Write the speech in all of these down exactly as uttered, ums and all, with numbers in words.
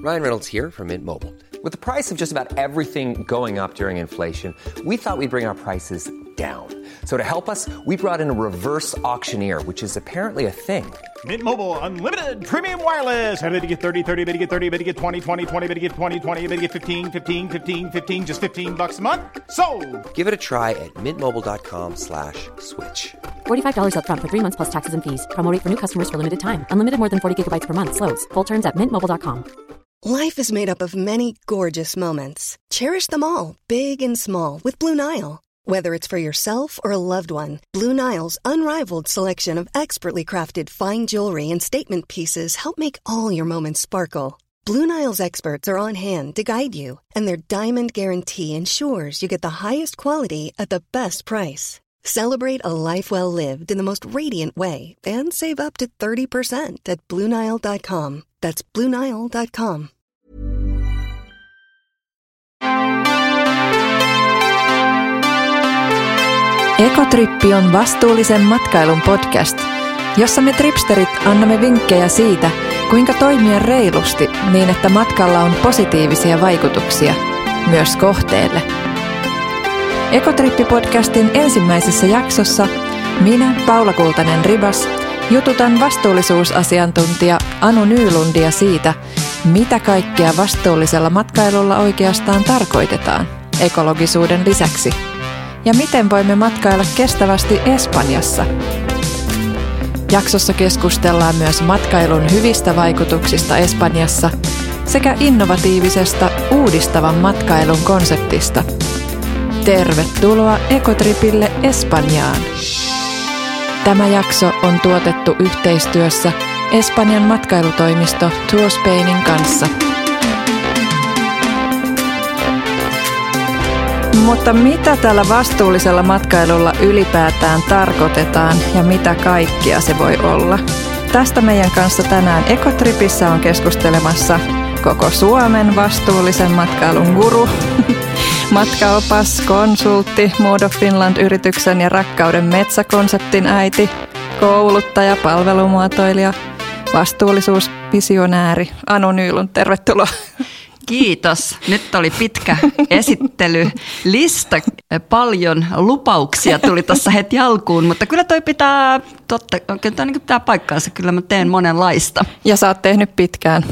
Ryan Reynolds here from Mint Mobile. With the price of just about everything going up during inflation, we thought we'd bring our prices down. So to help us, we brought in a reverse auctioneer, which is apparently a thing. Mint Mobile Unlimited Premium Wireless. How to get thirty, thirty, how to get thirty, how to get twenty, twenty, twenty, how to get twenty, twenty, how to get fifteen, fifteen, fifteen, fifteen, just fifteen bucks a month? Sold! Give it a try at mintmobile.com slash switch. forty-five dollars up front for three months plus taxes and fees. Promo rate for new customers for limited time. Unlimited more than forty gigabytes per month. Slows full terms at mint mobile dot com. Life is made up of many gorgeous moments. Cherish them all, big and small, with Blue Nile. Whether it's for yourself or a loved one, Blue Nile's unrivaled selection of expertly crafted fine jewelry and statement pieces help make all your moments sparkle. Blue Nile's experts are on hand to guide you, and their diamond guarantee ensures you get the highest quality at the best price. Celebrate a life well lived in the most radiant way and save up to thirty percent at blue nile dot com. That's blue nile dot com. Ekotrippi on vastuullisen matkailun podcast, jossa me tripsterit annamme vinkkejä siitä, kuinka toimia reilusti niin, että matkalla on positiivisia vaikutuksia myös kohteelle. Ekotrippi-podcastin ensimmäisessä jaksossa minä, Paula Kultanen-Ribas, jututan vastuullisuusasiantuntija Anu Nylundia siitä, mitä kaikkea vastuullisella matkailulla oikeastaan tarkoitetaan ekologisuuden lisäksi. Ja miten voimme matkailla kestävästi Espanjassa? Jaksossa keskustellaan myös matkailun hyvistä vaikutuksista Espanjassa sekä innovatiivisesta uudistavan matkailun konseptista. Tervetuloa Ekotripille Espanjaan! Tämä jakso on tuotettu yhteistyössä Espanjan matkailutoimisto Tour Spainin kanssa. Mutta mitä tällä vastuullisella matkailulla ylipäätään tarkoitetaan ja mitä kaikkea se voi olla? Tästä meidän kanssa tänään Ekotripissä on keskustelemassa koko Suomen vastuullisen matkailun guru, matkaopas, konsultti, Mood of Finland-yrityksen ja Rakkauden metsäkonseptin äiti, kouluttaja, palvelumuotoilija, vastuullisuusvisionääri Anu Nylund. Tervetuloa. Kiitos. Nyt oli pitkä esittelylista. Paljon lupauksia tuli tuossa heti alkuun, mutta kyllä toi pitää, totta, kyllä toi niin pitää paikkaansa. Kyllä mä teen monenlaista. Ja sä oot tehnyt pitkään.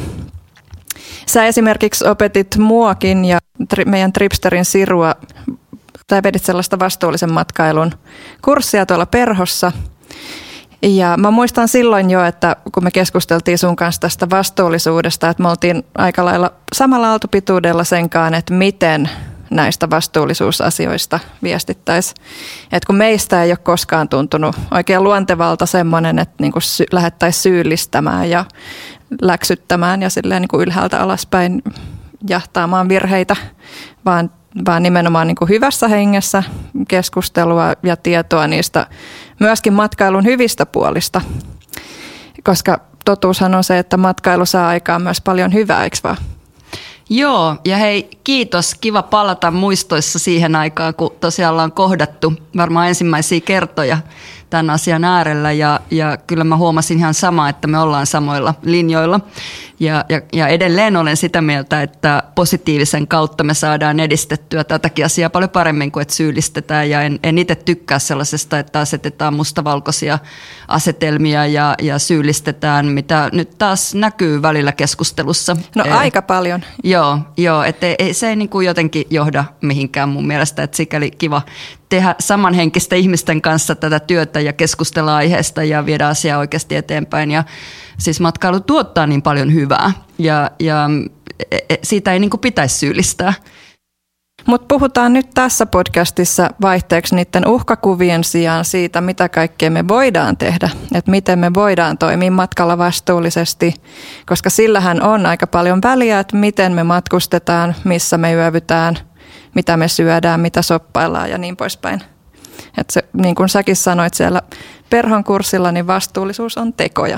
Sä esimerkiksi opetit muakin ja tri, meidän Tripsterin Sirua, tai vedit sellaista vastuullisen matkailun kurssia tuolla Perhossa. Ja mä muistan silloin jo, että kun me keskusteltiin sun kanssa tästä vastuullisuudesta, että me oltiin aika lailla samalla aaltopituudella senkaan, että miten näistä vastuullisuusasioista viestittäisiin. Että kun meistä ei ole koskaan tuntunut oikein luontevalta semmoinen, että niin kuin sy- lähdettäisiin syyllistämään ja läksyttämään ja silleen niin kuin ylhäältä alaspäin jahtaamaan virheitä, vaan vaan nimenomaan niin kuin hyvässä hengessä keskustelua ja tietoa niistä myöskin matkailun hyvistä puolista. Koska totuushan on se, että matkailu saa aikaan myös paljon hyvää, eikö vaan? Joo, ja hei, kiitos. Kiva palata muistoissa siihen aikaan, kun tosiaan ollaan kohdattu varmaan ensimmäisiä kertoja tämän asian äärellä. Ja, ja kyllä mä huomasin ihan samaa, että me ollaan samoilla linjoilla. Ja, ja, ja edelleen olen sitä mieltä, että positiivisen kautta me saadaan edistettyä tätäkin asiaa paljon paremmin kuin että syyllistetään. Ja en, en itse tykkää sellaisesta, että asetetaan mustavalkoisia asetelmia ja, ja syyllistetään, mitä nyt taas näkyy välillä keskustelussa. No eh, aika paljon. Joo, joo, että ei, se ei niin kuin jotenkin johda mihinkään mun mielestä, että sikäli kiva tehdä samanhenkisten ihmisten kanssa tätä työtä ja keskustella aiheesta ja viedä asiaa oikeasti eteenpäin. Ja siis matkailu tuottaa niin paljon hyvää ja, ja siitä ei niin kuin pitäisi syyllistää. Mutta puhutaan nyt tässä podcastissa vaihteeksi niiden uhkakuvien sijaan siitä, mitä kaikkea me voidaan tehdä. Että miten me voidaan toimia matkalla vastuullisesti, koska sillähän on aika paljon väliä, että miten me matkustetaan, missä me yövytään, mitä me syödään, mitä soppaillaan ja niin poispäin. Että se, niin kuin säkin sanoit siellä Perhon kurssilla, niin vastuullisuus on tekoja.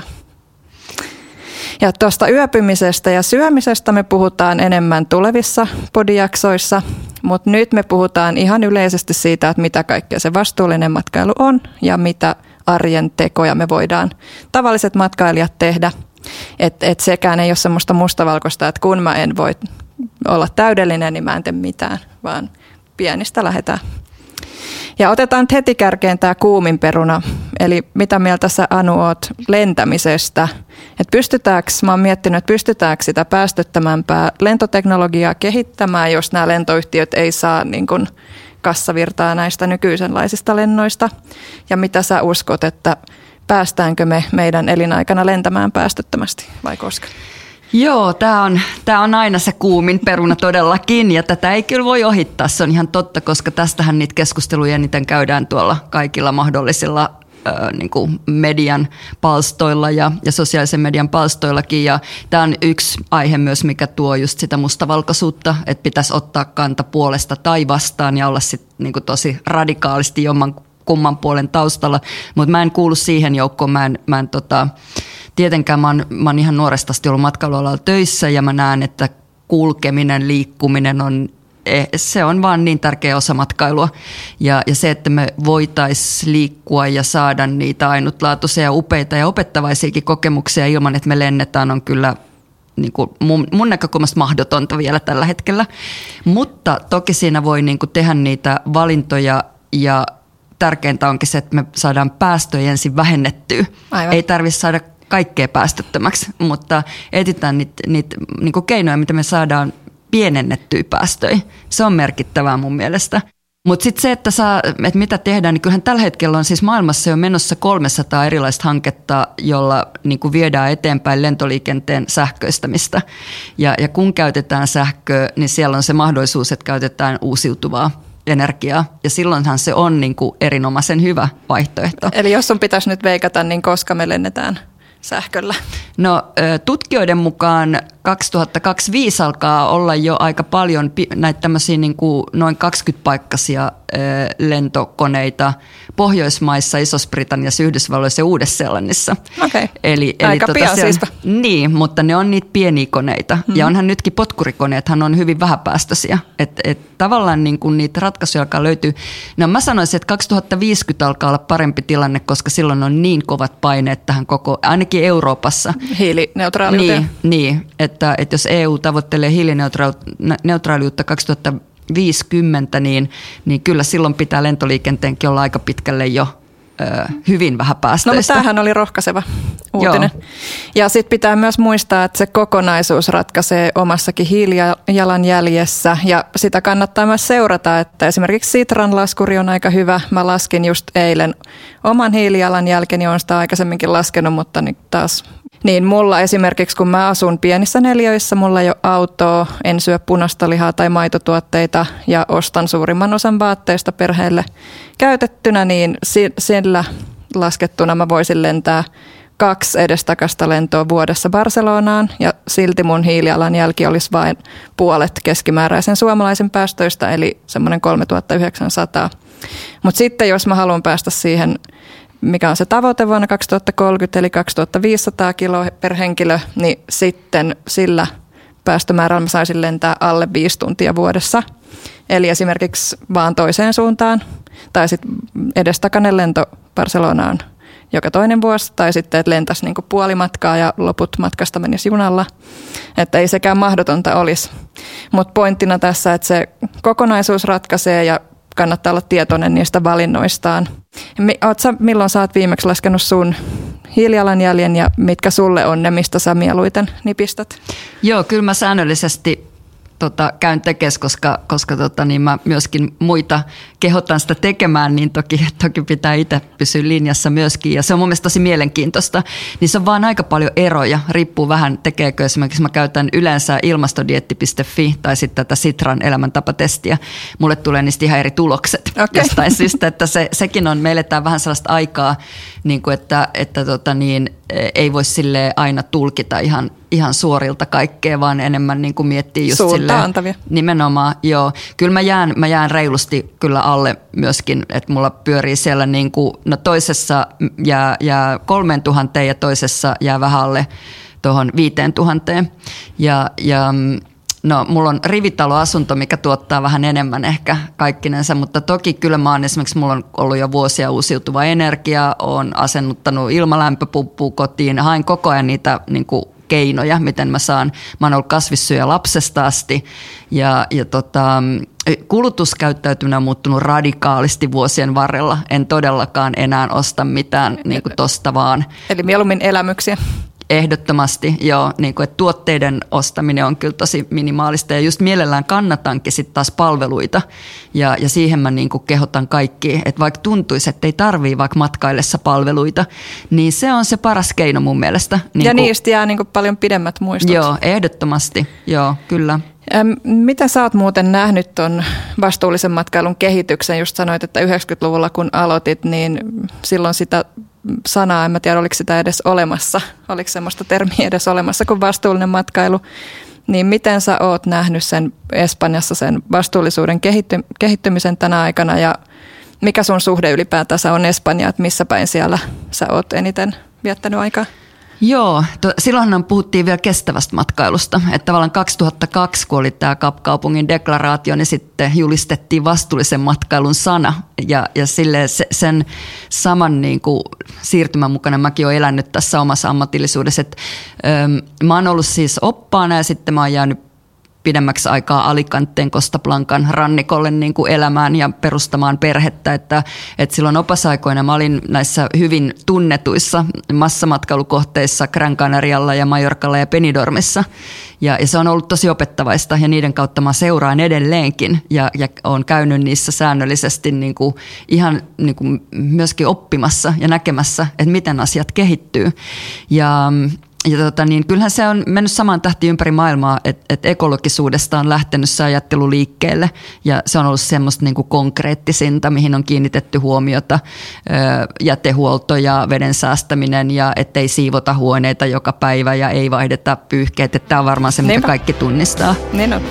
Ja tuosta yöpymisestä ja syömisestä me puhutaan enemmän tulevissa podijaksoissa, mutta nyt me puhutaan ihan yleisesti siitä, että mitä kaikkea se vastuullinen matkailu on ja mitä arjen tekoja me voidaan tavalliset matkailijat tehdä. Että et sekään ei ole semmoista mustavalkoista, että kun mä en voi olla täydellinen, niin mä en tee mitään, vaan pienistä lähdetään. Ja otetaan nyt heti kärkeen tämä kuumin peruna, eli mitä mieltä sä Anu oot lentämisestä? Että pystytäänkö, mä oon miettinyt, että pystytäänkö sitä päästöttömämpää lentoteknologiaa kehittämään, jos nämä lentoyhtiöt ei saa niin kuin kassavirtaa näistä nykyisenlaisista lennoista? Ja mitä sä uskot, että päästäänkö me meidän elinaikana lentämään päästöttömästi vai koska? Joo, tämä on, tää on aina se kuumin peruna todellakin ja tätä ei kyllä voi ohittaa, se on ihan totta, koska tästähän niitä keskusteluja eniten käydään tuolla kaikilla mahdollisilla äh, niin kuin median palstoilla ja, ja sosiaalisen median palstoillakin ja tämä on yksi aihe myös, mikä tuo just sitä mustavalkoisuutta, että pitäisi ottaa kanta puolesta tai vastaan ja olla sitten niin kuin tosi radikaalisti jomman kumman puolen taustalla, mutta mä en kuulu siihen joukkoon, mä en, mä en tota, tietenkään mä oon, mä oon ihan nuoresta asti ollut matkailualalla töissä ja mä näen, että kulkeminen, liikkuminen on, se on vaan niin tärkeä osa matkailua. Ja, ja se, että me voitaisiin liikkua ja saada niitä ainutlaatuisia, upeita ja opettavaisiakin kokemuksia ilman, että me lennetään, on kyllä niin kuin mun, mun näkökulmasta mahdotonta vielä tällä hetkellä. Mutta toki siinä voi niin kuin tehdä niitä valintoja ja tärkeintä onkin se, että me saadaan päästöjä ensin vähennettyä. Aivan. Ei tarvitse saada kaikkea päästöttömäksi, mutta etsitään niitä, niitä niin kuin keinoja, mitä me saadaan pienennettyä päästöjä. Se on merkittävää mun mielestä. Mutta sitten se, että, saa, että mitä tehdään, niin kyllähän tällä hetkellä on siis maailmassa jo menossa kolmesataa erilaista hanketta, jolla niin kuin viedään eteenpäin lentoliikenteen sähköistämistä. Ja, ja kun käytetään sähköä, niin siellä on se mahdollisuus, että käytetään uusiutuvaa energiaa. Ja silloinhan se on niin kuin erinomaisen hyvä vaihtoehto. Eli jos sun pitäisi nyt veikata, niin koska me lennetään sähköllä? No tutkijoiden mukaan kaksituhattakaksikymmentäviisi alkaa olla jo aika paljon näitä tämmöisiä niin kuin noin kaksikymmentä-paikkaisia lentokoneita Pohjoismaissa, Isossa-Britanniassa, Yhdysvalloissa ja Uudessa-Seelannissa. Okei, eli, aika eli pian tota, siispä. Niin, mutta ne on niitä pieniä koneita. Hmm. Ja onhan nytkin potkurikoneethan on hyvin vähäpäästöisiä. Että et, tavallaan niin kuin niitä ratkaisuja alkaa löytyä. No mä sanoisin, että kaksituhattaviisikymmentä alkaa olla parempi tilanne, koska silloin on niin kovat paineet tähän koko, ainakin Euroopassa. Hiilineutraaliuteen. Niin, niin että, että jos E U tavoittelee hiilineutraaliutta kaksituhattaviisikymmentä, niin, niin kyllä silloin pitää lentoliikenteenkin olla aika pitkälle jo ö, hyvin vähäpäästöistä. No mutta tämähän oli rohkaiseva uutinen. Joo. Ja sitten pitää myös muistaa, että se kokonaisuus ratkaisee omassakin hiilijalanjäljessä ja sitä kannattaa myös seurata, että esimerkiksi Sitran laskuri on aika hyvä. Mä laskin just eilen oman hiilijalanjälkeni, olen sitä aikaisemminkin laskenut, mutta niin taas... Niin mulla esimerkiksi, kun mä asun pienissä neliöissä, mulla ei ole autoa, en syö punaista lihaa tai maitotuotteita ja ostan suurimman osan vaatteista perheelle käytettynä, niin sillä laskettuna mä voisin lentää kaksi edestakasta lentoa vuodessa Barcelonaan ja silti mun hiilijalanjälki olisi vain puolet keskimääräisen suomalaisen päästöistä, eli semmoinen kolmetuhattayhdeksänsataa. Mutta sitten jos mä haluan päästä siihen, mikä on se tavoite vuonna kaksituhattakolmekymmentä, eli kaksituhattaviisisataa kiloa per henkilö, niin sitten sillä päästömäärällä mä saisin lentää alle viisi tuntia vuodessa. Eli esimerkiksi vaan toiseen suuntaan, tai sitten edestakainen lento Barcelonaan joka toinen vuosi, tai sitten, että lentäisi niin kuin puoli matkaa ja loput matkasta menisi junalla. Että ei sekään mahdotonta olisi. Mutta pointtina tässä, että se kokonaisuus ratkaisee ja kannattaa olla tietoinen niistä valinnoistaan. Oletko, milloin sä oot viimeksi laskenut sun hiilijalanjäljen ja mitkä sulle on ne, mistä sä mieluiten nipistät? Joo, kyllä mä säännöllisesti tota, käyn tekes, koska, koska tota, niin mä myöskin muita kehotan sitä tekemään, niin toki, toki pitää itse pysyä linjassa myöskin. Ja se on mun mielestä tosi mielenkiintoista. Niin se on vaan aika paljon eroja. Riippuu vähän, tekeekö esimerkiksi mä käytän yleensä ilmastodietti piste fi tai sitten tätä Sitran elämäntapatestiä. Mulle tulee niistä ihan eri tulokset. Okay. Jostain syystä, että se, sekin on, me eletään vähän sellaista aikaa, niin kuin että, että tota niin, ei voi sille aina tulkita ihan, ihan suorilta kaikkea, vaan enemmän niin kuin miettii just silleen. Antavia. Nimenomaan, joo. Kyllä mä jään, mä jään reilusti kyllä alle myöskin, että mulla pyörii siellä niin kuin, no toisessa jää, jää kolmeen tuhanteen ja toisessa jää vähän alle tuohon viiteen tuhanteen. Ja, ja No, mulla on rivitaloasunto, mikä tuottaa vähän enemmän ehkä kaikkinensa, mutta toki kyllä mä oon esimerkiksi, mulla on ollut jo vuosia uusiutuva energia, oon asennuttanut ilmalämpöpumppua kotiin, hain koko ajan niitä niin kuin keinoja, miten mä saan. Mä oon ollut kasvissyöjä lapsesta asti ja, ja tota, kulutuskäyttäytyminen on muuttunut radikaalisti vuosien varrella. En todellakaan enää osta mitään niin kuin tosta vaan. Eli mieluummin elämyksiä. Ehdottomasti, joo. Niin kuin, että tuotteiden ostaminen on kyllä tosi minimaalista ja just mielellään kannatankin sitten taas palveluita ja, ja siihen mä niin kuin kehotan kaikki, että vaikka tuntuisi, että ei tarvii vaikka matkaillessa palveluita, niin se on se paras keino mun mielestä. Niin ja kuin, niistä jää niin kuin paljon pidemmät muistot. Joo, ehdottomasti, joo, kyllä. Mitä sä oot muuten nähnyt ton vastuullisen matkailun kehityksen? Just sanoit, että yhdeksänkymmentäluvulla kun aloitit, niin silloin sitä sanaa, en mä tiedä oliko sitä edes olemassa, oliko semmoista termiä edes olemassa kuin vastuullinen matkailu, niin miten sä oot nähnyt sen Espanjassa sen vastuullisuuden kehitty- kehittymisen tänä aikana ja mikä sun suhde ylipäätänsä on Espanjaan, että missä päin siellä sä oot eniten viettänyt aikaa? Joo, to, silloinhan puhuttiin vielä kestävästä matkailusta, että tavallaan kaksituhattakaksi, kun oli tämä Kapkaupungin deklaraatio, niin sitten julistettiin vastuullisen matkailun sana ja, ja sille se, sen saman niin kuin siirtymän mukana mäkin olen elänyt tässä omassa ammatillisuudessa, että ö, mä oon ollut siis oppaana ja sitten mä oon jäänyt pidemmäksi aikaa Alicanteen Costa Blancan rannikolle niin kuin elämään ja perustamaan perhettä. Että, että silloin opasaikoina mä olin näissä hyvin tunnetuissa massamatkailukohteissa Gran Canarialla ja Mallorcalla ja Benidormissa. Ja, ja se on ollut tosi opettavaista ja niiden kautta mä seuraan edelleenkin ja, ja olen käynyt niissä säännöllisesti niin kuin ihan niin kuin myöskin oppimassa ja näkemässä, että miten asiat kehittyy. Ja Ja tota, niin kyllähän se on mennyt samaan tahtiin ympäri maailmaa, että et ekologisuudesta on lähtenyt se ajattelu liikkeelle ja se on ollut semmoista niin kuin konkreettisinta, mihin on kiinnitetty huomiota, ö, jätehuolto ja veden säästäminen ja ettei siivota huoneita joka päivä ja ei vaihdeta pyyhkeet, että tämä on varmaan se, mitä Niinpä. Kaikki tunnistaa. Niin on.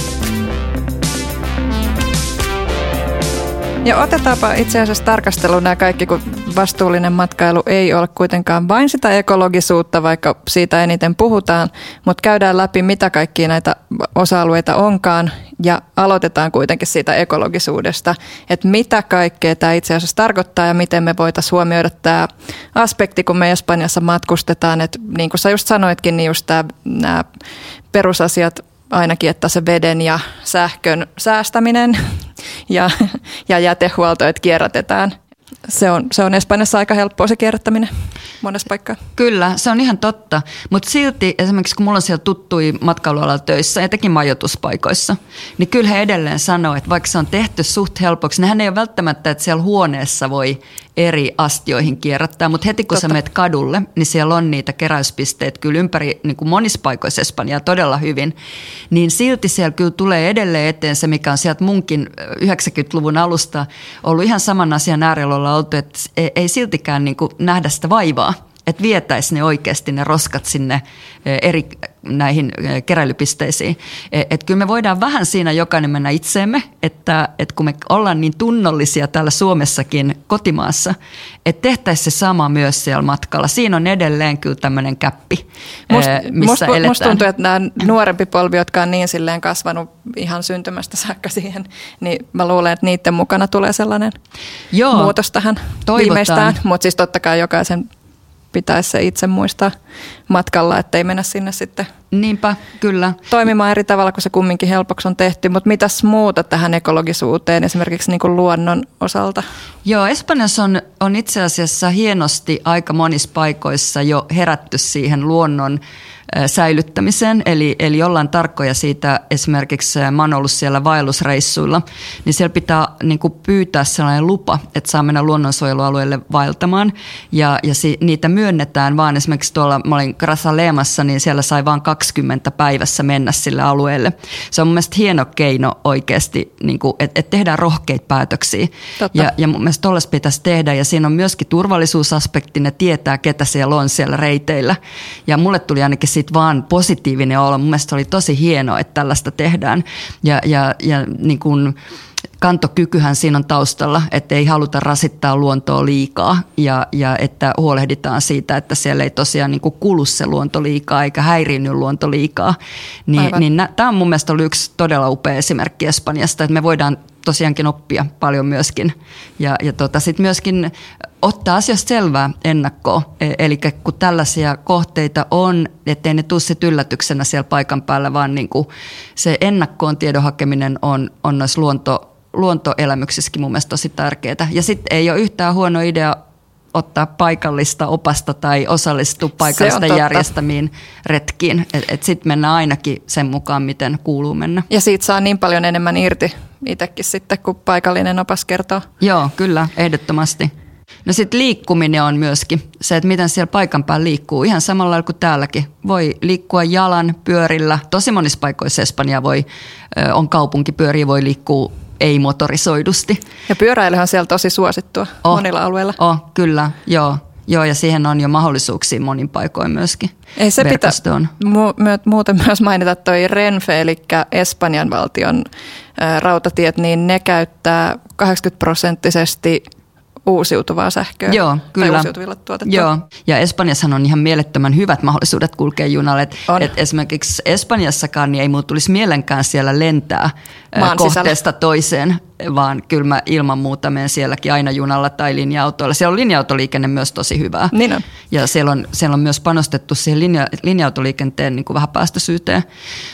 Ja otetaanpa itse asiassa tarkasteluun nämä kaikki, kun vastuullinen matkailu ei ole kuitenkaan vain sitä ekologisuutta, vaikka siitä eniten puhutaan, mutta käydään läpi, mitä kaikkia näitä osa-alueita onkaan ja aloitetaan kuitenkin siitä ekologisuudesta, että mitä kaikkea tämä itse asiassa tarkoittaa ja miten me voitaisiin huomioida tämä aspekti, kun me Espanjassa matkustetaan, että niin kuin sä just sanoitkin, niin just tämä, nämä perusasiat ainakin, että se veden ja sähkön säästäminen ja, ja jätehuolto, että kierrätetään. Se on, se on Espanjassa aika helppoa se kierrättäminen monessa paikkaa. Kyllä, se on ihan totta. Mutta silti esimerkiksi kun mulla on siellä tuttui matkailualalla töissä, etenkin majoituspaikoissa, niin kyllä he edelleen sanoo, että vaikka se on tehty suht helpoksi, nehän ei ole välttämättä, että siellä huoneessa voi eri astioihin kierrättää, mutta heti kun totta. Sä menet kadulle, niin siellä on niitä keräyspisteitä kyllä ympäri niin kuin monissa paikoissa Espanjaa todella hyvin, niin silti siellä kyllä tulee edelleen eteen se, mikä on sieltä munkin yhdeksänkymmentäluvun alusta ollut ihan saman asian äärellä olla oltu, että ei siltikään niin kuin nähdä sitä vaivaa, että vietäisi ne oikeasti ne roskat sinne eri näihin keräilypisteisiin. Että kyllä me voidaan vähän siinä jokainen mennä itseemme, että, että kun me ollaan niin tunnollisia täällä Suomessakin kotimaassa, että tehtäisiin se sama myös siellä matkalla. Siinä on edelleen kyllä tämmöinen käppi, Must, missä must, eletään. Musta tuntuu, että nämä nuorempi polvi, jotka on niin silleen kasvanut ihan syntymästä saakka siihen, niin mä luulen, että niiden mukana tulee sellainen Joo, muutos tähän toivotaan. Viimeistään. Mutta siis totta kai jokaisen pitäisi se itse muistaa matkalla, ettei mennä sinne sitten Niinpä, kyllä. toimimaan eri tavalla, kun se kumminkin helpoksi on tehty. Mutta mitäs muuta tähän ekologisuuteen esimerkiksi niin kuin luonnon osalta? Joo, Espanjassa on, on itse asiassa hienosti aika monissa paikoissa jo herätty siihen luonnon säilyttämiseen, eli, eli ollaan tarkkoja siitä. Esimerkiksi mä oon ollut siellä vaellusreissuilla, niin siellä pitää niin kuin pyytää sellainen lupa, että saa mennä luonnonsuojelualueelle vaeltamaan, ja, ja si, niitä myönnetään vaan esimerkiksi tuolla, mä olin Grazaleemassa, niin siellä sai vaan kaksikymmentä päivässä mennä sille alueelle. Se on mun mielestä hieno keino oikeasti, niin kuin, että, että tehdään rohkeita päätöksiä, ja, ja mun mielestä tollaista pitäisi tehdä, ja siinä on myöskin turvallisuusaspekti, ne tietää, ketä siellä on siellä reiteillä, ja mulle tuli ainakin siitä vaan positiivinen olo. Mun mielestä oli tosi hienoa, että tällaista tehdään. Ja, ja, ja niin kuin kantokykyhän siinä on taustalla, että ei haluta rasittaa luontoa liikaa ja, ja että huolehditaan siitä, että siellä ei tosiaan niin kuin kulu se luonto liikaa eikä häiriinny luonto liikaa. Niin, niin tämä on mun mielestä ollut yksi todella upea esimerkki Espanjasta, että me voidaan tosiaankin oppia paljon myöskin ja, ja tota, sitten myöskin ottaa asioista selvää ennakkoon. Eli kun tällaisia kohteita on, ettei ne tule sit yllätyksenä siellä paikan päällä, vaan niin kuin se ennakkoon tiedon hakeminen on, on noissa luonto, luontoelämyksissäkin mun mielestä tosi tärkeää. Ja sitten ei ole yhtään huono idea ottaa paikallista opasta tai osallistua paikallista järjestämiin retkiin. Että et sitten mennään ainakin sen mukaan, miten kuuluu mennä. Ja siitä saa niin paljon enemmän irti itsekin sitten, kun paikallinen opas kertoo. Joo, kyllä, ehdottomasti. No sitten liikkuminen on myöskin se, että miten siellä paikan päällä liikkuu. Ihan samalla lailla kuin täälläkin. Voi liikkua jalan, pyörillä. Tosi monissa paikoissa Espanja voi, on kaupunkipyöriä, voi liikkua ei-motorisoidusti. Ja pyöräilyhän on siellä tosi suosittua oh, monilla alueilla. Oh, kyllä, joo. Joo, ja siihen on jo mahdollisuuksia monin paikoin myöskin. Ei se pitää mu- muuten myös mainita toi Renfe, eli Espanjan valtion ä, rautatiet, niin ne käyttää kahdeksankymmentä prosenttisesti uusiutuvaa sähköä. Joo, kyllä. Tai uusiutuvilla tuotettua. Joo, ja Espanjassahan on ihan mielettömän hyvät mahdollisuudet kulkea junalle. Et, et esimerkiksi Espanjassakaan niin ei mun tulisi mielenkään siellä lentää maan kohteesta sisällä toiseen, vaan kyllä mä ilman muuta menen sielläkin aina junalla tai linja-autoilla. Siellä on linja-autoliikenne myös tosi hyvää. Niin on. Ja siellä on, siellä on myös panostettu siihen linja, linja-autoliikenteen niin kuin vähäpäästöisyyteen.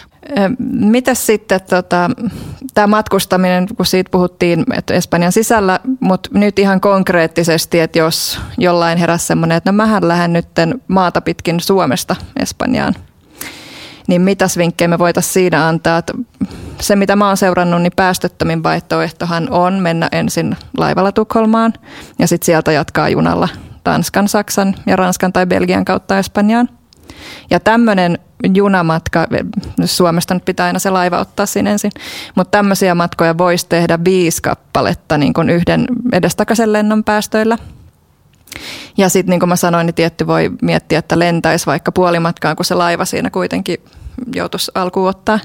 Mitäs sitten tota, tämä matkustaminen, kun siitä puhuttiin, että Espanjan sisällä, mutta nyt ihan konkreettisesti, että jos jollain heräsi semmoinen, että no mähän lähden nyt maata pitkin Suomesta Espanjaan, niin mitäs vinkkejä me voitaisiin siinä antaa? Että se, mitä mä oon seurannut, niin päästöttömin vaihtoehtohan on mennä ensin laivalla Tukholmaan ja sitten sieltä jatkaa junalla Tanskan, Saksan ja Ranskan tai Belgian kautta Espanjaan. Ja tämmöinen junamatka, Suomesta nyt pitää aina se laiva ottaa siinä ensin, mutta tämmöisiä matkoja voisi tehdä viisi kappaletta niin kuin yhden edestakaisen lennon päästöillä. Ja sitten niin kuin mä sanoin, niin tietty voi miettiä, että lentäisi vaikka puolimatkaan, kun se laiva siinä kuitenkin joutuisi alkuun ottaa.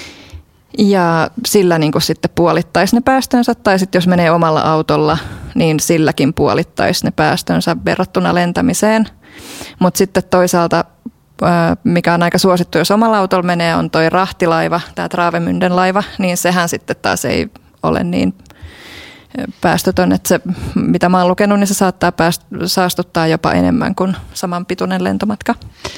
Ja sillä niin kuin sitten puolittaisi ne päästönsä, tai sitten jos menee omalla autolla, niin silläkin puolittaisi ne päästönsä verrattuna lentämiseen. Mutta sitten toisaalta, mikä on aika suosittu, jos omalla autolla menee, on toi rahtilaiva, tämä Travemünden laiva, niin sehän sitten taas ei ole niin päästötön, että se, mitä mä oon lukenut, niin se saattaa pääst- saastuttaa jopa enemmän kuin samanpituinen lentomatka.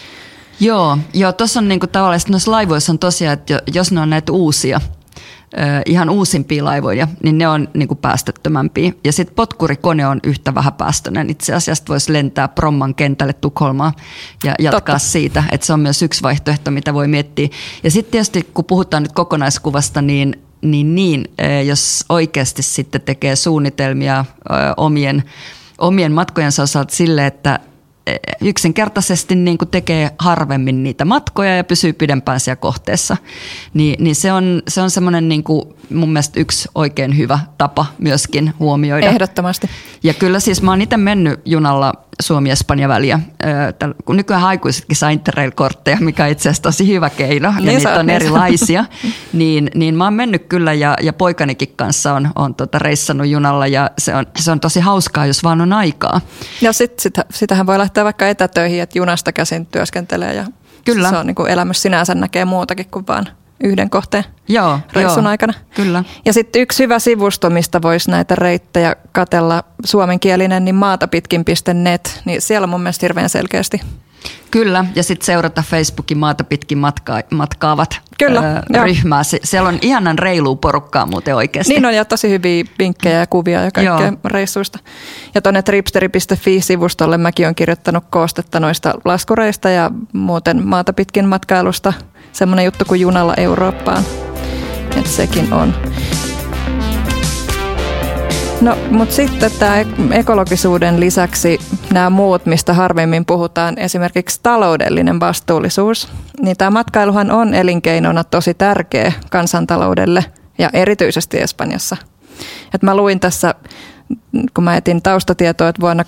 Joo, joo tuossa on niinku tavallaan, noissa laivoissa on tosiaan, että jos ne on näitä uusia, ihan uusimpia laivoja, niin ne on niinku päästöttömämpiä. Ja sitten potkurikone on yhtä vähäpäästöinen. Itse asiassa voisi lentää Bromman kentälle Tukholmaan ja jatkaa Totta. siitä, että se on myös yksi vaihtoehto, mitä voi miettiä. Ja sitten tietysti, kun puhutaan nyt kokonaiskuvasta, niin, niin, niin jos oikeasti sitten tekee suunnitelmia omien, omien matkojensa osalta sille, että yksinkertaisesti niin kuin tekee harvemmin niitä matkoja ja pysyy pidempään siellä kohteessa, niin, niin se on, se on semmoinen niin kuin mun mielestä yksi oikein hyvä tapa myöskin huomioida. Ehdottomasti. Ja kyllä siis mä oon itse mennyt junalla Suomi-Espanja-väliä, kun nykyään aikuisetkin saa Interrail-kortteja, mikä on itse asiassa tosi hyvä keino, ja niin niitä on niin erilaisia, niin, niin mä oon mennyt kyllä, ja, ja poikanikin kanssa on, on tota reissannut junalla, ja se on, se on tosi hauskaa, jos vaan on aikaa. Ja sit, sit, sitähän voi lähteä vaikka etätöihin, että junasta käsin työskentelee, ja kyllä. Se on niin kuin elämys sinänsä näkee muutakin kuin vaan yhden kohteen joo, reissun joo, aikana. Kyllä. Ja sitten yksi hyvä sivusto, mistä voisi näitä reittejä katsella, suomenkielinen, niin maatapitkin piste net, niin siellä on mun mielestä hirveän selkeästi. Kyllä, ja sitten seurata Facebookin maata pitkin matka- matkaavat Kyllä, ää, ryhmää. Se, siellä on ihanan reilua porukkaa muuten oikeasti. Niin on, ja tosi hyviä vinkkejä ja kuvia ja kaikkea joo. reissuista. Ja tuonne tripsteri piste fi-sivustolle mäkin olen kirjoittanut koostetta noista laskureista ja muuten maata pitkin matkailusta. Semmoinen juttu kuin junalla Eurooppaan, että sekin on. No, mutta sitten tämä ekologisuuden lisäksi nämä muut, mistä harvemmin puhutaan, esimerkiksi taloudellinen vastuullisuus, niin tämä matkailuhan on elinkeinona tosi tärkeä kansantaloudelle ja erityisesti Espanjassa. Et mä luin tässä, kun mä etin taustatietoa, että vuonna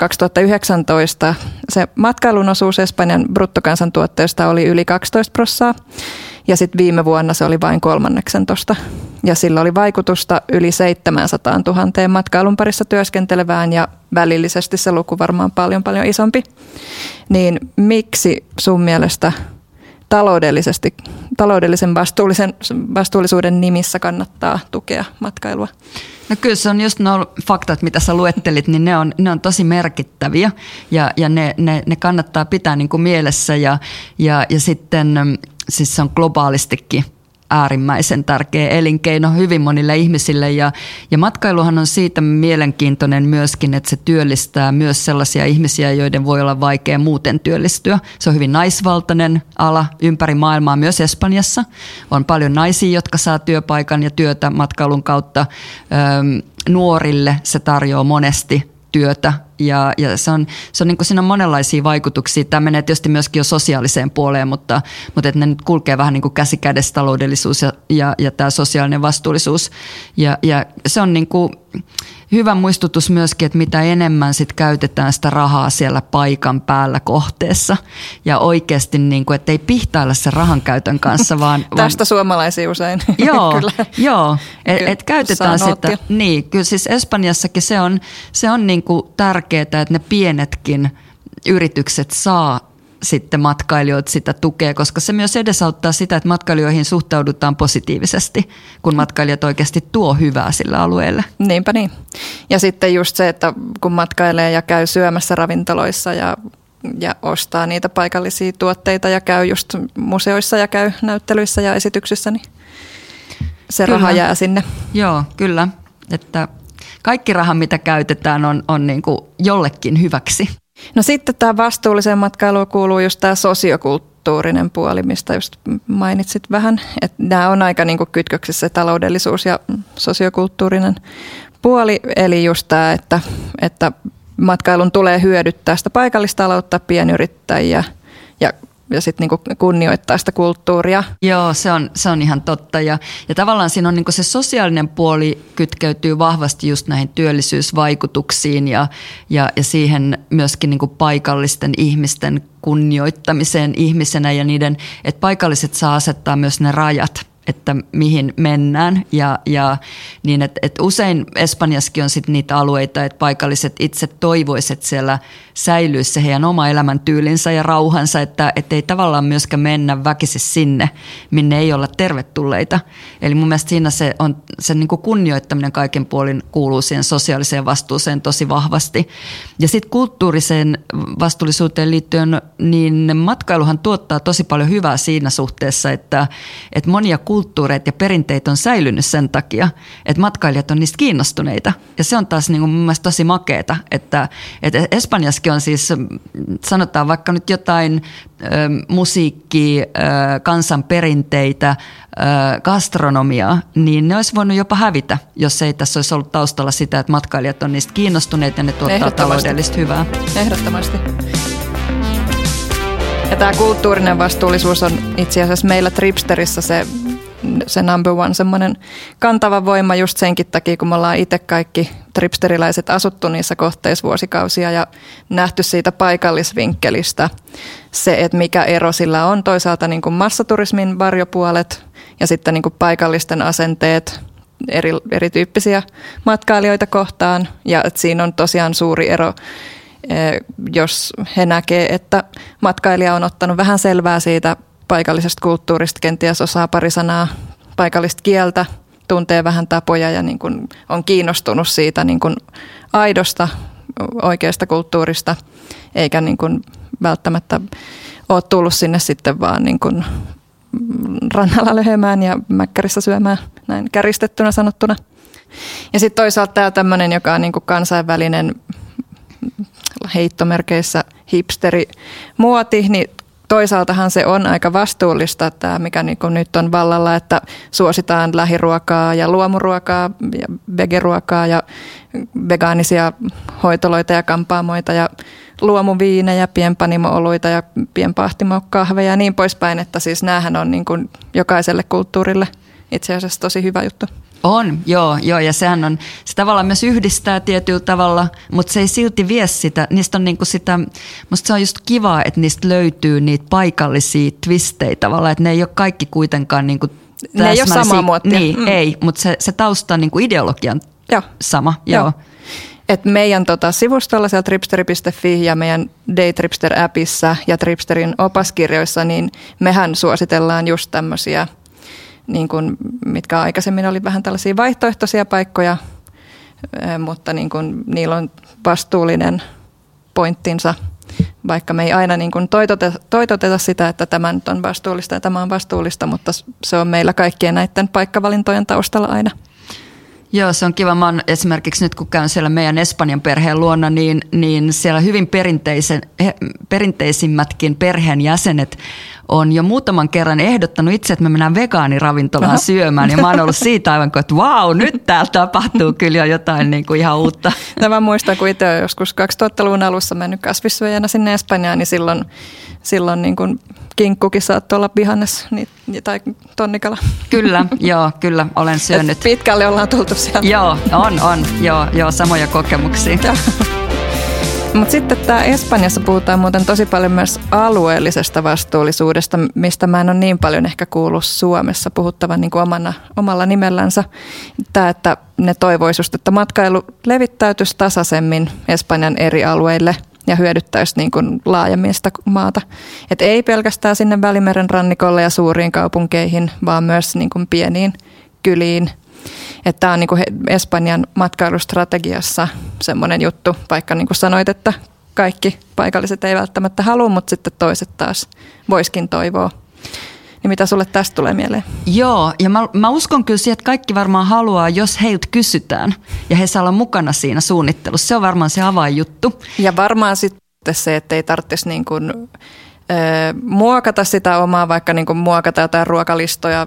kaksituhattayhdeksäntoista se matkailun osuus Espanjan bruttokansantuotteesta oli yli kaksitoista prosenttia Ja sitten viime vuonna se oli vain kolmanneksen tosta. Ja sillä oli vaikutusta yli seitsemänsataatuhatta matkailun parissa työskentelevään ja välillisesti se luku varmaan paljon paljon isompi. Niin miksi sun mielestä taloudellisesti, taloudellisen vastuullisen, vastuullisuuden nimissä kannattaa tukea matkailua? No kyllä se on just nuo faktat, mitä sä luettelit, niin ne on, ne on tosi merkittäviä ja, ja ne, ne, ne kannattaa pitää niin kuin mielessä ja, ja, ja sitten siis se on globaalistikin äärimmäisen tärkeä elinkeino hyvin monille ihmisille ja, ja matkailuhan on siitä mielenkiintoinen myöskin, että se työllistää myös sellaisia ihmisiä, joiden voi olla vaikea muuten työllistyä. Se on hyvin naisvaltainen ala ympäri maailmaa, myös Espanjassa. On paljon naisia, jotka saa työpaikan ja työtä matkailun kautta. Öm, nuorille se tarjoaa monesti työtä ja, ja se on, se on niin kuin siinä on monenlaisia vaikutuksia. Tämä menee tietysti myöskin jo sosiaaliseen puoleen, mutta, mutta että ne nyt kulkee vähän niin kuin käsi kädessä taloudellisuus ja, ja, ja tämä sosiaalinen vastuullisuus. Ja, ja se on niin kuin hyvä muistutus myöskin, että mitä enemmän sit käytetään sitä rahaa siellä paikan päällä kohteessa ja oikeasti, niin kuin, että ei pihtailla sen rahan käytön kanssa, vaan... Tästä vaan, suomalaisia usein. Joo, joo että et käytetään sitä. Niin, kyllä siis Espanjassakin se on, se on niin kuin tärkeää, että ne pienetkin yritykset saa sitten matkailijoita sitä tukea, koska se myös edesauttaa sitä, että matkailijoihin suhtaudutaan positiivisesti, kun matkailijat oikeasti tuo hyvää sillä alueelle. Niinpä niin. Ja sitten just se, että kun matkailee ja käy syömässä ravintoloissa ja, ja ostaa niitä paikallisia tuotteita ja käy just museoissa ja käy näyttelyissä ja esityksissä, niin se kyllä. raha jää sinne. Joo, kyllä. Että kaikki raha, mitä käytetään, on, on niin kuin jollekin hyväksi. No sitten tämä vastuulliseen matkailuun kuuluu just tämä sosiokulttuurinen puoli, mistä just mainitsit vähän. Että nämä on aika niin kuin kytköksissä taloudellisuus ja sosiokulttuurinen puoli. Eli just tämä, että, että matkailun tulee hyödyttää sitä paikallistaloutta, pienyrittäjiä ja ja sitten niinku kunnioittaa sitä kulttuuria. Joo, se on, se on ihan totta. Ja, ja tavallaan siinä on niinku se sosiaalinen puoli kytkeytyy vahvasti just näihin työllisyysvaikutuksiin ja, ja, ja siihen myöskin niinku paikallisten ihmisten kunnioittamiseen ihmisenä ja niiden, että paikalliset saa asettaa myös ne rajat, että mihin mennään ja, ja niin, että, että usein Espanjassakin on sitten niitä alueita, että paikalliset itse toivoisivat, että siellä säilyisi se heidän oma elämäntyylinsä ja rauhansa, että, että ei tavallaan myöskään mennä väkisin sinne, minne ei olla tervetulleita. Eli mun mielestä siinä se, on, se niin kuin kunnioittaminen kaiken puolin kuuluu siihen sosiaaliseen vastuuseen tosi vahvasti. Ja sitten kulttuuriseen vastuullisuuteen liittyen, niin matkailuhan tuottaa tosi paljon hyvää siinä suhteessa, että, että monia kulttuureita ja perinteitä on säilynyt sen takia, että matkailijat on niistä kiinnostuneita. Ja se on taas niin kuin mun mielestä tosi makeeta, että, että Espanjassakin on siis, sanotaan vaikka nyt jotain ö, musiikkia, ö, kansanperinteitä, ö, gastronomiaa, niin ne olisi voinut jopa hävitä, jos ei tässä olisi ollut taustalla sitä, että matkailijat on niistä kiinnostuneita ja ne tuottaa taloudellista hyvää. Ehdottomasti. Ja tämä kulttuurinen vastuullisuus on itse asiassa meillä Tripsterissä se, se number one semmoinen kantava voima just senkin takia, kun me ollaan itse kaikki tripsteriläiset asuttu niissä kohteissa vuosikausia ja nähty siitä paikallisvinkkelistä se, että mikä ero sillä on toisaalta niin kuin massaturismin varjopuolet ja sitten niin kuin paikallisten asenteet eri, erityyppisiä matkailijoita kohtaan ja että siinä on tosiaan suuri ero, jos he näkee, että matkailija on ottanut vähän selvää siitä paikallisesta kulttuurista, kenties osaa pari sanaa paikallista kieltä, tuntee vähän tapoja ja niin kuin on kiinnostunut siitä niin kuin aidosta oikeasta kulttuurista, eikä niin kuin välttämättä ole tullut sinne sitten vaan niin kuin rannalla löhömään ja mäkkärissä syömään, näin käristettynä sanottuna. Ja sitten toisaalta tämä tämmöinen, joka on niin kuin kansainvälinen heittomerkeissä hipsterimuoti, niin toisaaltahan se on aika vastuullista, tämä mikä niin kuin nyt on vallalla, että suositaan lähiruokaa ja luomuruokaa ja vegeruokaa ja vegaanisia hoitoloita ja kampaamoita ja luomuviinejä, pienpanimo-oluita ja pienpahtimokahveja ja niin poispäin, että siis näähän on niin kuin jokaiselle kulttuurille itse asiassa tosi hyvä juttu. On, joo, joo, ja sehän on, se tavallaan myös yhdistää tietyllä tavalla, mutta se ei silti vie sitä, niistä on niinku sitä, musta se on just kiva, että niistä löytyy niitä paikallisia twistejä tavallaan, että ne ei ole kaikki kuitenkaan niinku ne ei ole samaa muottia. Niin, mm. ei, mutta se, se tausta on niinku ideologian joo. sama, joo. joo. Et meidän tota, sivustolla siellä tripsteri piste fi ja meidän Daytripster-appissa ja Tripsterin opaskirjoissa, niin mehän suositellaan just tämmöisiä, niin kuin, mitkä aikaisemmin oli vähän tällaisia vaihtoehtoisia paikkoja, mutta niin kuin, niillä on vastuullinen pointtinsa, vaikka me ei aina niin kuin toitoteta, toitoteta sitä, että tämä nyt on vastuullista ja tämä on vastuullista, mutta se on meillä kaikkien näiden paikkavalintojen taustalla aina. Joo, se on kiva. Mä oon esimerkiksi nyt kun käyn siellä meidän Espanjan perheen luona, niin, niin siellä hyvin perinteisen, perinteisimmätkin perheen jäsenet on jo muutaman kerran ehdottanut itse, että me mennään vegaaniravintolaan Aha. syömään. Ja mä oon ollut siitä aivan kuin, että vau, nyt täällä tapahtuu kyllä jo jotain niin kuin ihan uutta. No mä muistan, kun itse olen joskus kaksituhattaluvun alussa mennyt kasvissyöjänä sinne Espanjaan, niin silloin, silloin niin kuin kinkkukin saattoi olla vihannes niin, tai tonnikala. Kyllä, joo, kyllä olen syönyt. Et pitkälle ollaan tultu siellä. Joo, on, on, joo, joo samoja kokemuksia. Mutta sitten tämä Espanjassa puhutaan muuten tosi paljon myös alueellisesta vastuullisuudesta, mistä mä en ole niin paljon ehkä kuullut Suomessa puhuttavan niin kuin omana, omalla nimellänsä. Tämä, että ne toivoisivat, että matkailu levittäytyisi tasaisemmin Espanjan eri alueille ja hyödyttäisi niin kuin laajemmin sitä maata. Et ei pelkästään sinne Välimeren rannikolle ja suuriin kaupunkeihin, vaan myös niin kuin pieniin kyliin. Että tämä on niin kuin Espanjan matkailustrategiassa semmoinen juttu, vaikka niin kuin sanoit, että kaikki paikalliset ei välttämättä halua, mutta sitten toiset taas voiskin toivoa. Niin mitä sulle tästä tulee mieleen? Joo, ja mä, mä uskon kyllä siihen, että kaikki varmaan haluaa, jos heiltä kysytään ja he saa olla mukana siinä suunnittelussa. Se on varmaan se avainjuttu. Ja varmaan sitten se, että ei tarvitsisi niin kuin muokata sitä omaa, vaikka niin kuin muokata jotain ruokalistoja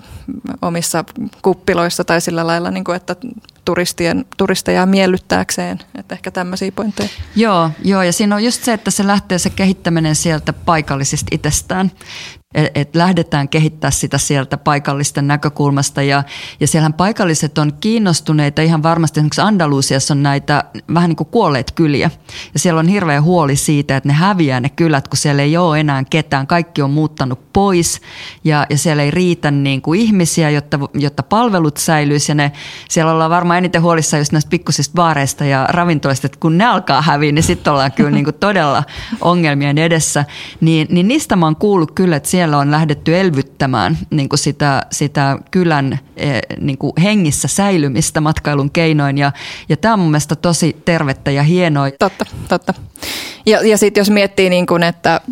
omissa kuppiloissa tai sillä lailla, niin kuin, että turistien, turisteja miellyttääkseen. Että ehkä tämmöisiä pointteja. Joo, joo, ja siinä on just se, että se lähtee se kehittäminen sieltä paikallisesta itsestään. Että et lähdetään kehittämään sitä sieltä paikallisten näkökulmasta ja, ja siellähän paikalliset on kiinnostuneita ihan varmasti. Esimerkiksi Andalusiassa on näitä vähän niin kuin kuolleet kyliä ja siellä on hirveä huoli siitä, että ne häviää ne kylät, kun siellä ei ole enää ketään. Kaikki on muuttanut pois ja, ja siellä ei riitä niin kuin ihmisiä, jotta, jotta palvelut säilyisi ja ne, siellä ollaan varmaan eniten huolissaan just näistä pikkusista baareista ja ravintoloista, että kun ne alkaa häviä, niin sitten ollaan kyllä niin kuin todella ongelmien edessä. Niin, niin niistä mä oon kuullut kyllä, että siellä on lähdetty elvyttämään niin kuin sitä, sitä kylän niin kuin hengissä säilymistä matkailun keinoin ja, ja tämä on mun mielestä tosi tervettä ja hienoa. Totta, totta. Ja, ja sitten jos miettii, niin kuin, että,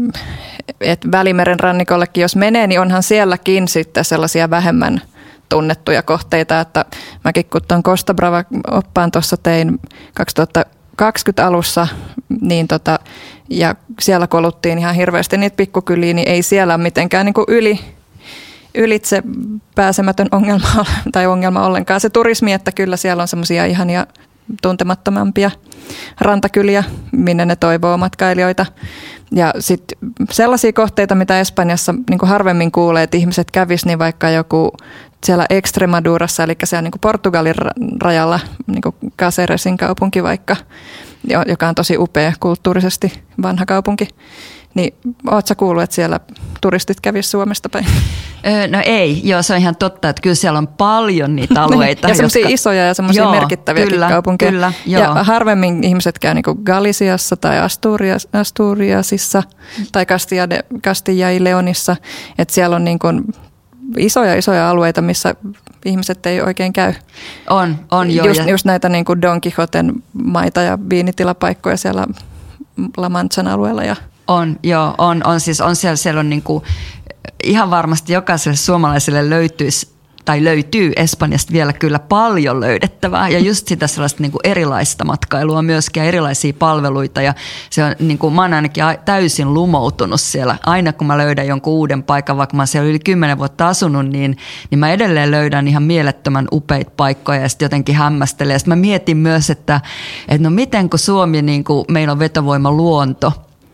että Välimeren rannikollekin jos menee, niin onhan sielläkin sitten sellaisia vähemmän tunnettuja kohteita, että mäkin kun tuon Costa Brava-oppaan tuossa tein kaksituhattakaksikymmentä alussa, niin tota, ja siellä koluttiin ihan hirveästi niitä pikkukyliä, niin ei siellä ole mitenkään niin kuin yli, ylitse pääsemätön ongelma tai ongelma ollenkaan se turismi, että kyllä siellä on semmoisia ihania tuntemattomampia rantakyliä, minne ne toivoo matkailijoita. Ja sitten sellaisia kohteita, mitä Espanjassa niin kuin harvemmin kuulee, että ihmiset kävis, niin vaikka joku siellä Extremadurassa, eli siellä niin kuin Portugalin rajalla, niin kuin Caceresin kaupunki vaikka, joka on tosi upea kulttuurisesti vanha kaupunki, niin ootko sä kuullut, että siellä turistit kävisivät Suomesta päin? No ei, joo se on ihan totta, että kyllä siellä on paljon niitä alueita. ja semmoisia jotka... isoja ja semmoisia merkittäviäkin kyllä, kaupunkeja. Kyllä, joo. Ja harvemmin ihmiset käy niin kuin Galiciassa tai Asturias, Asturiasissa tai Castilla, de, Castilla y Leonissa, että siellä on niin kuin isoja isoja alueita, missä ihmiset ei oikein käy. On, on joo. Just, just näitä niin kuin Don Quijoten maita ja viinitilapaikkoja siellä La Manchan alueella. Ja... On, joo, on, on siis on siellä, siellä on niin kuin, ihan varmasti jokaiselle suomalaiselle löytyisi tai löytyy Espanjasta vielä kyllä paljon löydettävää ja just sitä sellaista niin kuin erilaista matkailua myöskin ja erilaisia palveluita ja se on niin kuin, mä oon ainakin täysin lumoutunut siellä. Aina kun mä löydän jonkun uuden paikan, vaikka mä oon siellä yli kymmenen vuotta asunut, niin, niin mä edelleen löydän ihan mielettömän upeita paikkoja ja sitten jotenkin hämmästelen. Ja sitten mä mietin myös, että, että no miten kun Suomi, niin kuin, meillä on vetovoima luonto,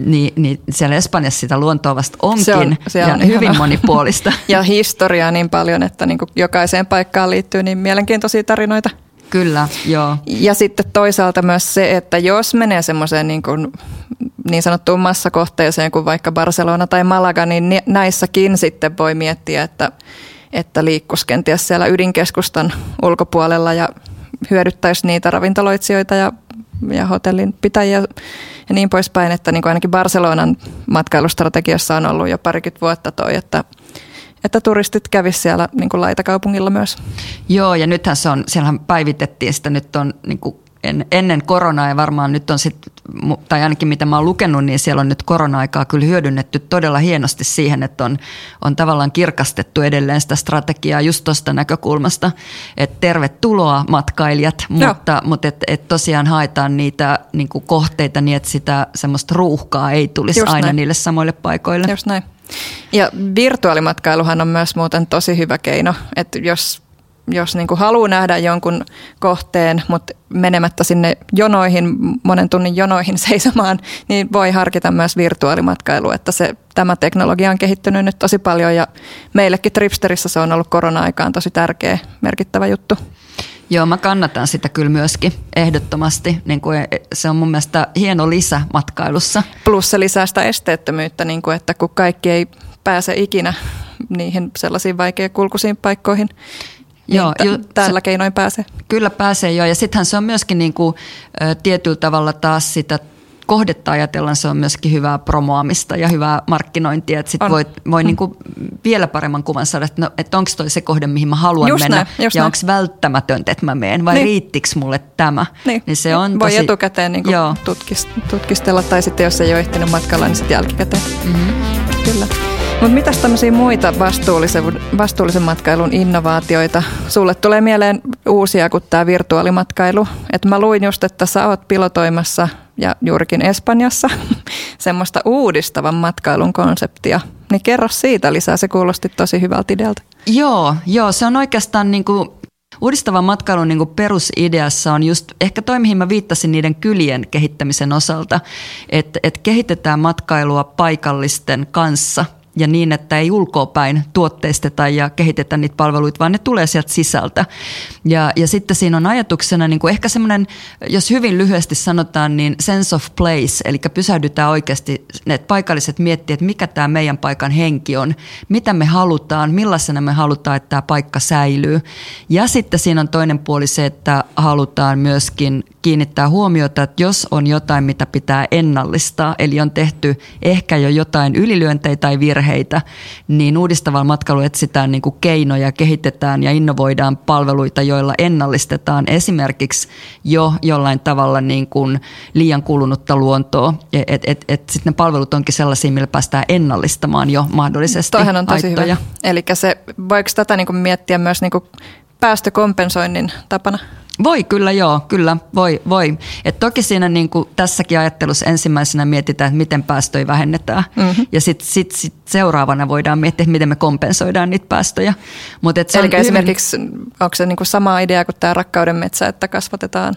niin, niin siellä Espanjassa sitä luontoa vasta onkin se on, se ja on hyvin ihana. monipuolista. Ja historiaa niin paljon, että niin kuin jokaiseen paikkaan liittyy niin mielenkiintoisia tarinoita. Kyllä, joo. Ja sitten toisaalta myös se, että jos menee semmoiseen niin kuin niin sanottuun massakohteeseen kuin vaikka Barcelona tai Malaga, niin näissäkin sitten voi miettiä, että, että liikkuisi kenties siellä ydinkeskustan ulkopuolella ja hyödyttäisi niitä ravintoloitsijoita ja, ja hotellin pitäjiä ja niin poispäin, että niin kuin ainakin Barcelonan matkailustrategiassa on ollut jo parikymmentä vuotta toi, että että turistit kävisivät siellä niin kuin laitakaupungilla myös. Joo, ja nythän se on, siellähän päivitettiin sitä, nyt on niin kuin en, ennen koronaa ja varmaan nyt on sitten, tai ainakin mitä mä oon lukenut, niin siellä on nyt korona-aikaa kyllä hyödynnetty todella hienosti siihen, että on, on tavallaan kirkastettu edelleen sitä strategiaa just tuosta näkökulmasta, että tervetuloa matkailijat, mutta, mutta et, et tosiaan haetaan niitä niin kuin kohteita niin, että sitä semmoista ruuhkaa ei tulisi just aina näin. Niille samoille paikoille. Just näin. Ja virtuaalimatkailuhan on myös muuten tosi hyvä keino, että jos, jos niin kuin haluaa nähdä jonkun kohteen, mutta menemättä sinne jonoihin, monen tunnin jonoihin seisomaan, niin voi harkita myös virtuaalimatkailua, että se, tämä teknologia on kehittynyt nyt tosi paljon ja meillekin Tripsterissä se on ollut korona-aikaan tosi tärkeä, merkittävä juttu. Joo, mä kannatan sitä kyllä myöskin ehdottomasti. Niin kuin se on mun mielestä hieno lisä matkailussa. Plus se lisää sitä esteettömyyttä, niin kuin että kun kaikki ei pääse ikinä niihin sellaisiin vaikeakulkuisiin paikkoihin, niin Joo, t- ju, tällä se, keinoin pääsee. Kyllä pääsee joo, ja sittenhän se on myöskin niin kuin, ä, tietyllä tavalla taas sitä kohdetta ajatellaan, se on myöskin hyvää promoamista ja hyvää markkinointia, että sitten voi, voi niin kuin vielä paremman kuvan saada, että, no, että onko toi se kohde, mihin mä haluan just mennä näin, ja onko välttämätöntä, että mä menen vai niin. riittikö mulle tämä. Niin, niin se on voi tosi, etukäteen niin kuin tutkist- tutkistella tai sitten jos ei ole ehtinyt matkalla, niin sitten jälkikäteen. Mm-hmm. Kyllä. Mutta mitäs tämmöisiä muita vastuullisen, vastuullisen matkailun innovaatioita? Sulle tulee mieleen uusia kuin tämä virtuaalimatkailu. Et mä luin just, että sä oot pilotoimassa ja juurikin Espanjassa semmoista uudistavan matkailun konseptia. Niin kerro siitä lisää, se kuulosti tosi hyvältä idealta. Joo, joo, se on oikeastaan niin kuin uudistavan matkailun niin kuin perusideassa on just ehkä toi, mihin mä viittasin niiden kylien kehittämisen osalta, että et kehitetään matkailua paikallisten kanssa ja niin, että ei ulkoapäin tuotteisteta ja kehitetä niitä palveluita, vaan ne tulee sieltä sisältä. Ja, ja sitten siinä on ajatuksena niin kuin ehkä semmoinen, jos hyvin lyhyesti sanotaan, niin sense of place, eli pysähdytään oikeasti, ne paikalliset miettii, että mikä tämä meidän paikan henki on, mitä me halutaan, millaisena me halutaan, että tämä paikka säilyy. Ja sitten siinä on toinen puoli se, että halutaan myöskin kiinnittää huomiota, että jos on jotain, mitä pitää ennallistaa, eli on tehty ehkä jo jotain ylilyöntejä tai virheitä, niin uudistavalla matkailulla etsitään niin kuin keinoja, kehitetään ja innovoidaan palveluita, joilla ennallistetaan esimerkiksi jo jollain tavalla niin kuin liian kulunutta luontoa. Että et, et sitten ne palvelut onkin sellaisia, millä päästään ennallistamaan jo mahdollisesti Toihan on tosi haittoja. hyvä. Eli se, voiko tätä niin kuin miettiä myös niin kuin päästökompensoinnin tapana? Voi kyllä, joo, kyllä, voi. voi. Et toki siinä niin kuin tässäkin ajattelussa ensimmäisenä mietitään, että miten päästöjä vähennetään. Mm-hmm. Ja sitten sit, sit seuraavana voidaan miettiä, että miten me kompensoidaan niitä päästöjä. Mut et se Eli on esimerkiksi, hyvin... onko se niin kuin sama idea kuin tämä Rakkauden metsä, että kasvatetaan?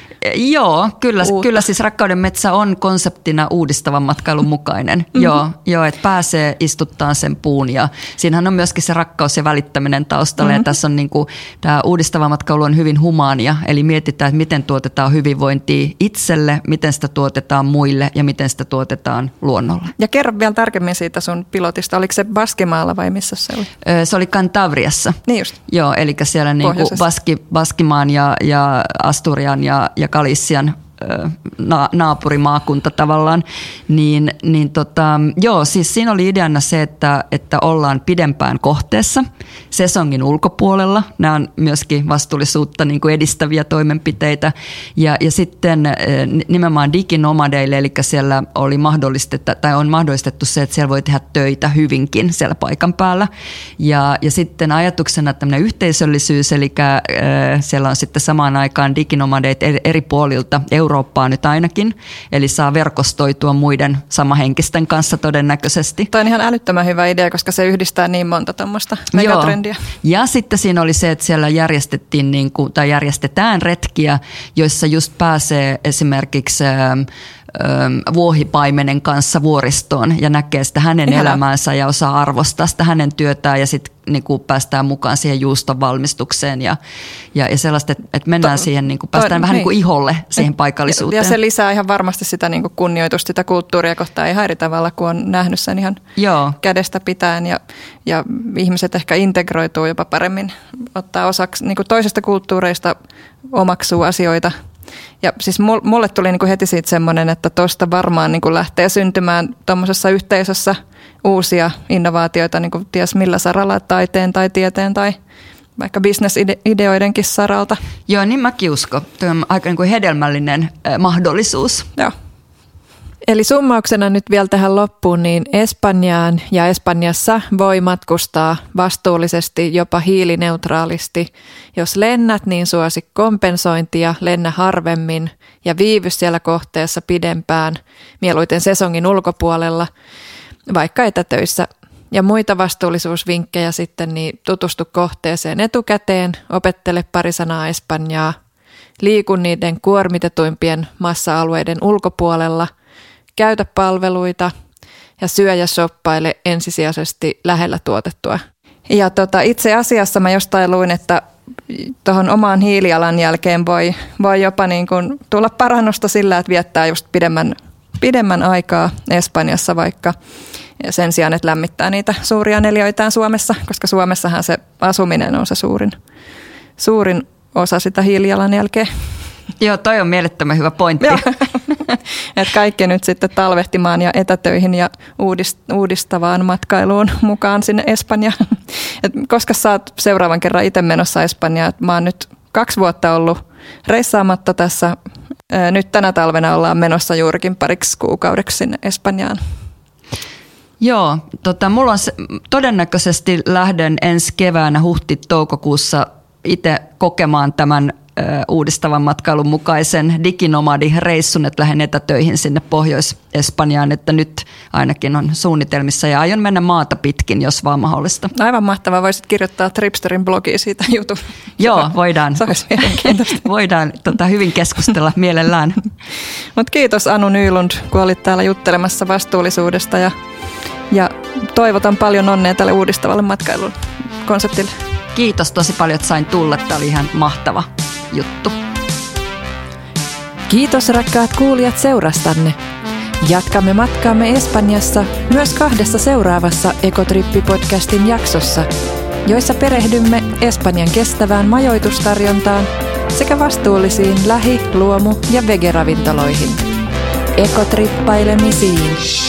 Joo, kyllä, Uutta. kyllä siis Rakkauden metsä on konseptina uudistavan matkailun mukainen. Mm-hmm. Joo, joo, että pääsee istuttaa sen puun ja siinähän on myöskin se rakkaus ja välittäminen taustalla. Mm-hmm. Ja tässä on niin kuin, tämä uudistava matkailu on hyvin humaania, eli mietitään, että miten tuotetaan hyvinvointia itselle, miten sitä tuotetaan muille ja miten sitä tuotetaan luonnolle. Ja kerro vielä tarkemmin siitä sun pilotista, oliko se Baskimaalla vai missä se oli? Se oli Cantabriassa. Niin just. Joo, eli siellä niin kuin Baski, Baskimaan ja, ja Asturian ja, ja Galician na, naapurimaakunta tavallaan, niin, niin tota, joo, siis siinä oli ideana se, että, että ollaan pidempään kohteessa sesongin ulkopuolella. Nämä on myöskin vastuullisuutta niin kuin edistäviä toimenpiteitä ja, ja sitten nimenomaan diginomadeille, eli siellä oli mahdollistettu, tai on mahdollistettu se, että siellä voi tehdä töitä hyvinkin siellä paikan päällä ja, ja sitten ajatuksena tämmöinen yhteisöllisyys, eli äh, siellä on sitten samaan aikaan diginomadeita eri puolilta Eurooppaa nyt ainakin, eli saa verkostoitua muiden samahenkisten kanssa todennäköisesti. Tämä on ihan älyttömän hyvä idea, koska se yhdistää niin monta tuommoista megatrendiä. Joo. Ja sitten siinä oli se, että siellä järjestettiin niin kuin, tai järjestetään retkiä, joissa just pääsee esimerkiksi vuohipaimenen kanssa vuoristoon ja näkee sitä hänen Ihanaa. elämäänsä ja osaa arvostaa sitä hänen työtään ja sitten niin kuin päästään mukaan siihen juuston valmistukseen ja, ja, ja sellaista, että, että mennään to, siihen, niin kuin, päästään to, vähän niin kuin iholle siihen paikallisuuteen. Ja se lisää ihan varmasti sitä niin kuin kunnioitusta, sitä kulttuuria kohtaan ihan eri tavalla, kun on nähnyt sen ihan Joo. kädestä pitäen ja, ja ihmiset ehkä integroituu jopa paremmin, ottaa osaksi niin kuin toisesta kulttuureista, omaksuu asioita. Ja siis mulle tuli niin kuin heti siitä semmoinen, että tuosta varmaan niin kuin lähtee syntymään tuommoisessa yhteisössä uusia innovaatioita, niin kuin ties millä saralla, taiteen tai tieteen tai vaikka bisnesideoidenkin saralta. Joo, niin mäkin uskon. Tuo on aika niin kuin hedelmällinen äh, mahdollisuus. Joo. Eli summauksena nyt vielä tähän loppuun, niin Espanjaan ja Espanjassa voi matkustaa vastuullisesti, jopa hiilineutraalisti. Jos lennät, niin suosi kompensointia, lennä harvemmin ja viivy siellä kohteessa pidempään, mieluiten sesongin ulkopuolella, vaikka etätöissä. Ja muita vastuullisuusvinkkejä sitten, niin tutustu kohteeseen etukäteen, opettele pari sanaa espanjaa, liiku niiden kuormitetuimpien massa-alueiden ulkopuolella, käytä palveluita ja syö ja shoppaile ensisijaisesti lähellä tuotettua. Ja tota, itse asiassa mä jostain luin, että tuohon omaan hiilijalanjälkeen voi, voi jopa niin kuin tulla parannusta sillä, että viettää just pidemmän, pidemmän aikaa Espanjassa vaikka sen sijaan, että lämmittää niitä suuria neliöitään Suomessa, koska Suomessahan se asuminen on se suurin, suurin osa sitä hiilijalanjälkeä. Joo, toi on mielettömän hyvä pointti. Että kaikki nyt sitten talvehtimaan ja etätöihin ja uudistavaan matkailuun mukaan sinne Espanjaan. Et koska sä oot seuraavan kerran itse menossa Espanjaan, mä oon nyt kaksi vuotta ollut reissaamatta tässä. Nyt tänä talvena ollaan menossa juurikin pariksi kuukaudeksi sinne Espanjaan. Joo, tota, mulla on se, todennäköisesti lähden ensi keväänä huhti-toukokuussa itse kokemaan tämän uudistavan matkailun mukaisen diginomadi-reissun, että lähden etätöihin sinne Pohjois-Espanjaan, että nyt ainakin on suunnitelmissa ja aion mennä maata pitkin, jos vaan mahdollista. Aivan mahtavaa. Voisit kirjoittaa Tripsterin blogiin siitä jutun. Joo, voidaan. Se olisi mielenkiintoista. Voidaan tota, hyvin keskustella mielellään. Mut kiitos Anu Nylund, kun olit täällä juttelemassa vastuullisuudesta ja, ja toivotan paljon onnea tälle uudistavalle matkailun konseptille. Kiitos tosi paljon, että sain tulla. Tämä oli ihan mahtava juttu. Kiitos rakkaat kuulijat seurastanne. Jatkamme matkaamme Espanjassa myös kahdessa seuraavassa Ekotrippi-podcastin jaksossa, joissa perehdymme Espanjan kestävään majoitustarjontaan sekä vastuullisiin lähi-, luomu- ja vegeravintoloihin. Ekotrippailemisiin!